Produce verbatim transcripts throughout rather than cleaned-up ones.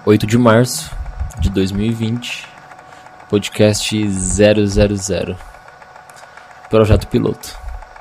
oito de março de dois mil e vinte, podcast zero zero zero, projeto piloto.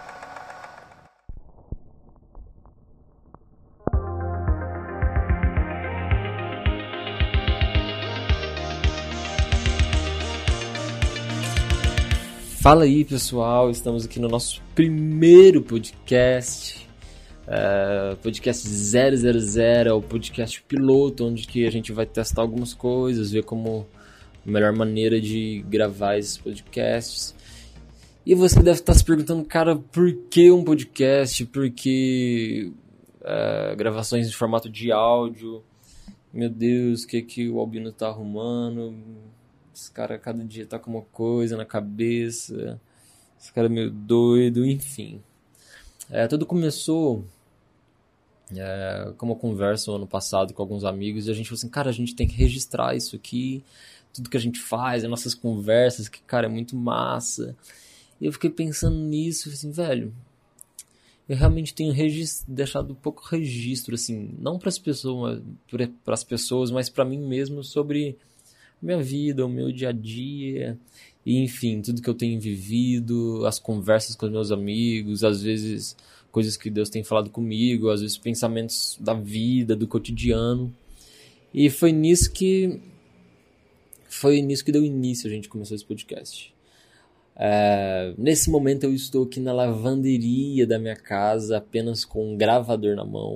Fala aí, pessoal, estamos aqui no nosso primeiro podcast, uh, podcast zero zero zero, é o podcast piloto, onde que a gente vai testar algumas coisas, ver como a melhor maneira de gravar esses podcasts. E você deve estar se perguntando, cara, por que um podcast? Por que uh, gravações em formato de áudio? Meu Deus, o que, que o Albino tá arrumando? Esse cara cada dia tá com uma coisa na cabeça, esse cara é meio doido, enfim. É, tudo começou é, com uma conversa no ano passado com alguns amigos, e a gente falou assim, cara, a gente tem que registrar isso aqui, tudo que a gente faz, as nossas conversas, que, cara, é muito massa. E eu fiquei pensando nisso, assim, velho, eu realmente tenho regist- deixado pouco registro, assim, não para as pessoas, para as pessoas, mas para mim mesmo, sobre minha vida, o meu dia a dia, e enfim, tudo que eu tenho vivido, as conversas com os meus amigos, às vezes coisas que Deus tem falado comigo, às vezes pensamentos da vida, do cotidiano. E foi nisso que foi nisso que deu início, a gente começou esse podcast. É, nesse momento eu estou aqui na lavanderia da minha casa, apenas com um gravador na mão.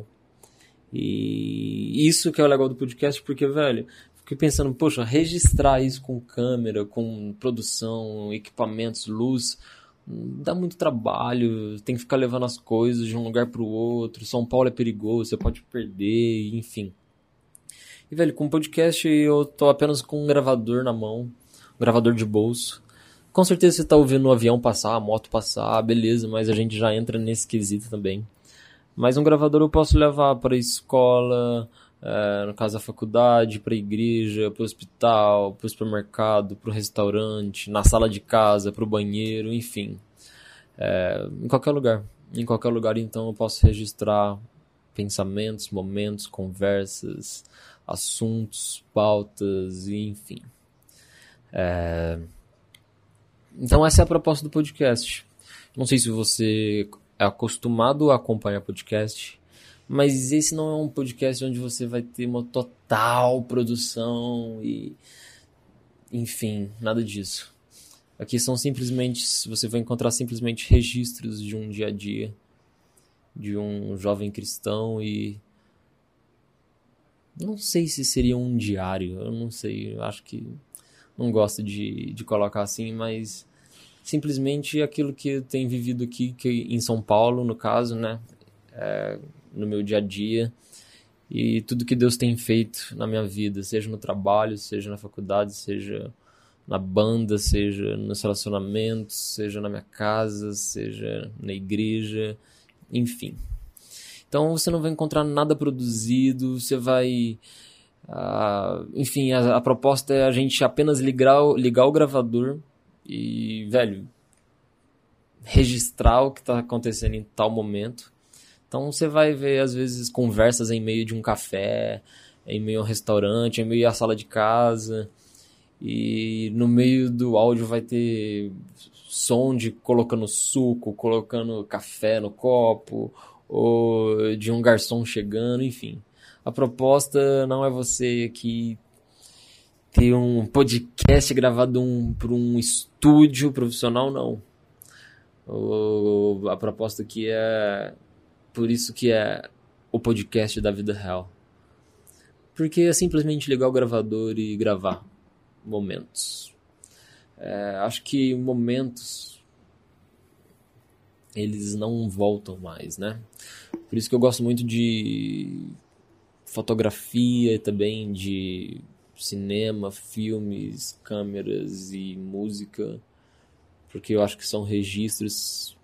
E isso que é o legal do podcast, porque, velho, fiquei pensando, poxa, registrar isso com câmera, com produção, equipamentos, luz, dá muito trabalho, tem que ficar levando as coisas de um lugar para o outro, São Paulo é perigoso, você pode perder, enfim. E, velho, com o podcast eu tô apenas com um gravador na mão, um gravador de bolso. Com certeza você tá ouvindo o avião passar, a moto passar, beleza, mas a gente já entra nesse quesito também. Mas um gravador eu posso levar para a escola, é, no caso da faculdade, para a igreja, para o hospital, para o supermercado, para o restaurante, na sala de casa, para o banheiro, enfim. É, em qualquer lugar. Em qualquer lugar, então, eu posso registrar pensamentos, momentos, conversas, assuntos, pautas, enfim. É... Então essa é a proposta do podcast. Não sei se você é acostumado a acompanhar podcast, mas esse não é um podcast onde você vai ter uma total produção e, enfim, nada disso. Aqui são simplesmente, você vai encontrar simplesmente registros de um dia a dia, de um jovem cristão, e não sei se seria um diário, eu não sei, eu acho que não gosto de, de colocar assim, mas simplesmente aquilo que eu tenho vivido aqui, que em São Paulo, no caso, né, é, no meu dia a dia, e tudo que Deus tem feito na minha vida, seja no trabalho, seja na faculdade, seja na banda, seja nos relacionamentos, seja na minha casa, seja na igreja, enfim. Então você não vai encontrar nada produzido, você vai... Uh, enfim, a, a proposta é a gente apenas ligar, ligar o gravador e, velho, registrar o que está acontecendo em tal momento. Então você vai ver, às vezes, conversas em meio de um café, em meio a um restaurante, em meio à sala de casa, e no meio do áudio vai ter som de colocando suco, colocando café no copo, ou de um garçom chegando, enfim. A proposta não é você aqui ter um podcast gravado um, por um estúdio profissional, não. O, a proposta aqui é... Por isso que é o podcast da vida real. Porque é simplesmente ligar o gravador e gravar momentos. É, acho que momentos, eles não voltam mais, né? Por isso que eu gosto muito de fotografia e também de cinema, filmes, câmeras e música, porque eu acho que são registros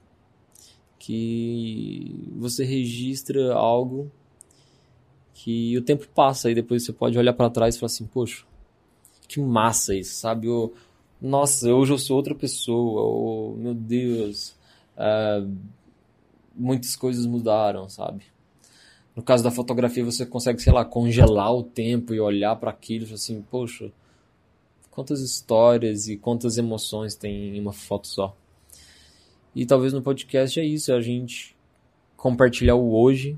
que você registra algo que o tempo passa e depois você pode olhar para trás e falar assim, poxa, que massa isso, sabe? Eu, nossa, hoje eu sou outra pessoa, ou, meu Deus, uh, muitas coisas mudaram, sabe? No caso da fotografia, você consegue, sei lá, congelar o tempo e olhar para aquilo e falar assim, poxa, quantas histórias e quantas emoções tem em uma foto só. E talvez no podcast é isso, é a gente compartilhar o hoje,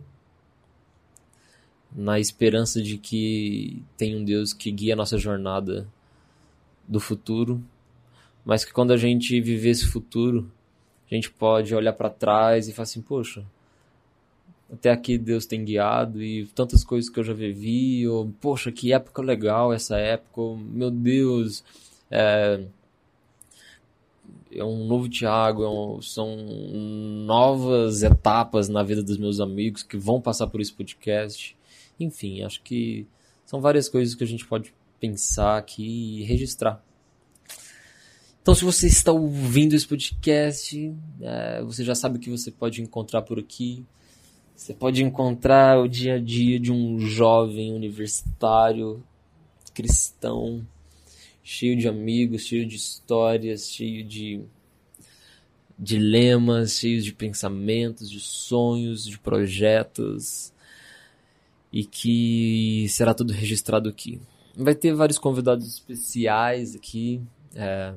na esperança de que tem um Deus que guia a nossa jornada do futuro, mas que quando a gente viver esse futuro, a gente pode olhar para trás e falar assim, poxa, até aqui Deus tem guiado e tantas coisas que eu já vivi, ou, poxa, que época legal essa época, ou, meu Deus, é, é um novo Thiago, é um, são novas etapas na vida dos meus amigos que vão passar por esse podcast. Enfim, acho que são várias coisas que a gente pode pensar aqui e registrar. Então, se você está ouvindo esse podcast, é, você já sabe o que você pode encontrar por aqui. Você pode encontrar o dia a dia de um jovem universitário, cristão, cheio de amigos, cheio de histórias, cheio de dilemas, cheio de pensamentos, de sonhos, de projetos, e que será tudo registrado aqui. Vai ter vários convidados especiais aqui, é,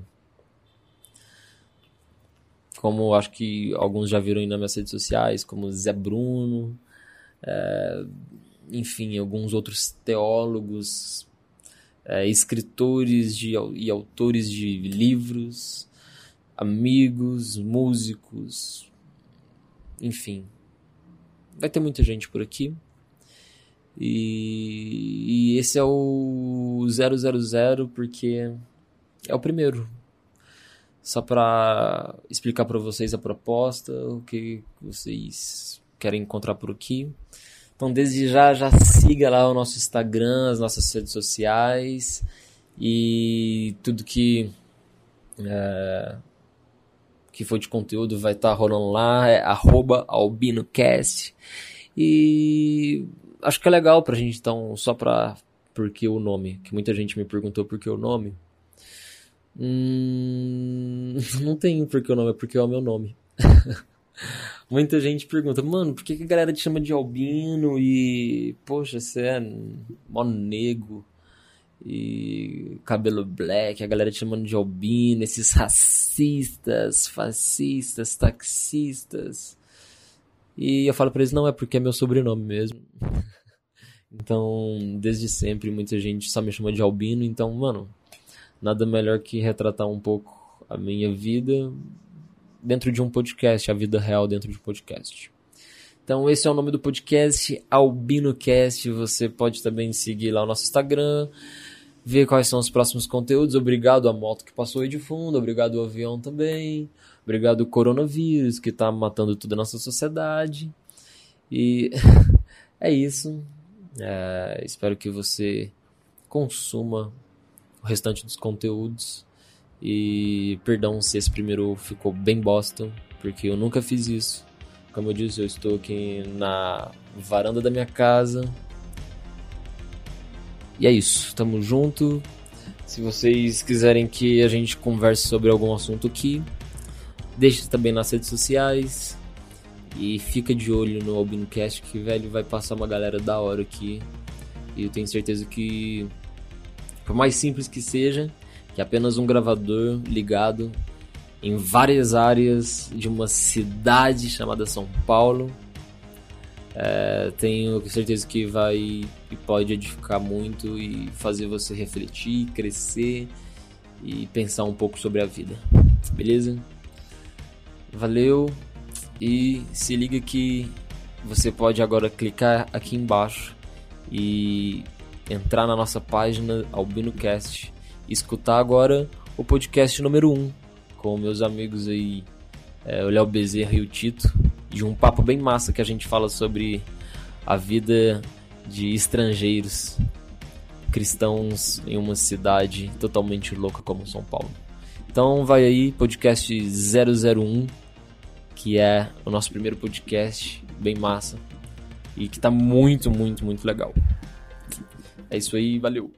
como acho que alguns já viram aí nas minhas redes sociais, como Zé Bruno, é, enfim, alguns outros teólogos, é, escritores de, e autores de livros, amigos, músicos, enfim. Vai ter muita gente por aqui. E, e esse é o zero zero zero porque é o primeiro. Só para explicar para vocês a proposta, o que vocês querem encontrar por aqui. Então, desde já, já siga lá o nosso Instagram, as nossas redes sociais e tudo que, é, que for de conteúdo vai estar rolando lá, é arroba albinocast. E acho que é legal pra gente, então, só pra... Porque o nome, que muita gente me perguntou por que o nome. Hum, não tem porque o nome, é porque é o meu nome. Muita gente pergunta, mano, por que, que a galera te chama de albino e, poxa, você é mó negro e cabelo black, a galera te chamando de albino, esses racistas, fascistas, taxistas. E eu falo pra eles, não, é porque é meu sobrenome mesmo. Então, desde sempre, muita gente só me chama de albino, então, mano, nada melhor que retratar um pouco a minha vida dentro de um podcast, a vida real dentro de um podcast. Então esse é o nome do podcast, AlbinoCast. Você pode também seguir lá o nosso Instagram, ver quais são os próximos conteúdos. Obrigado à moto que passou aí de fundo, obrigado ao avião também, obrigado ao coronavírus que tá matando toda a nossa sociedade. E é isso. É, espero que você consuma o restante dos conteúdos. E perdão se esse primeiro ficou bem bosta, porque eu nunca fiz isso. Como eu disse, eu estou aqui na varanda da minha casa. E é isso, tamo junto. Se vocês quiserem que a gente converse sobre algum assunto aqui, deixe também nas redes sociais. E fica de olho no AlbinoCast, que, velho, vai passar uma galera da hora aqui. E eu tenho certeza que, por mais simples que seja, que é apenas um gravador ligado em várias áreas de uma cidade chamada São Paulo, é, tenho certeza que vai e pode edificar muito e fazer você refletir, crescer e pensar um pouco sobre a vida. Beleza? Valeu! E se liga que você pode agora clicar aqui embaixo e entrar na nossa página AlbinoCast e escutar agora o podcast número um com meus amigos aí, é, o Léo Bezerra e o Tito, de um papo bem massa que a gente fala sobre a vida de estrangeiros cristãos em uma cidade totalmente louca como São Paulo. Então vai aí, podcast zero zero um, que é o nosso primeiro podcast, bem massa, e que tá muito, muito, muito legal. É isso aí, valeu!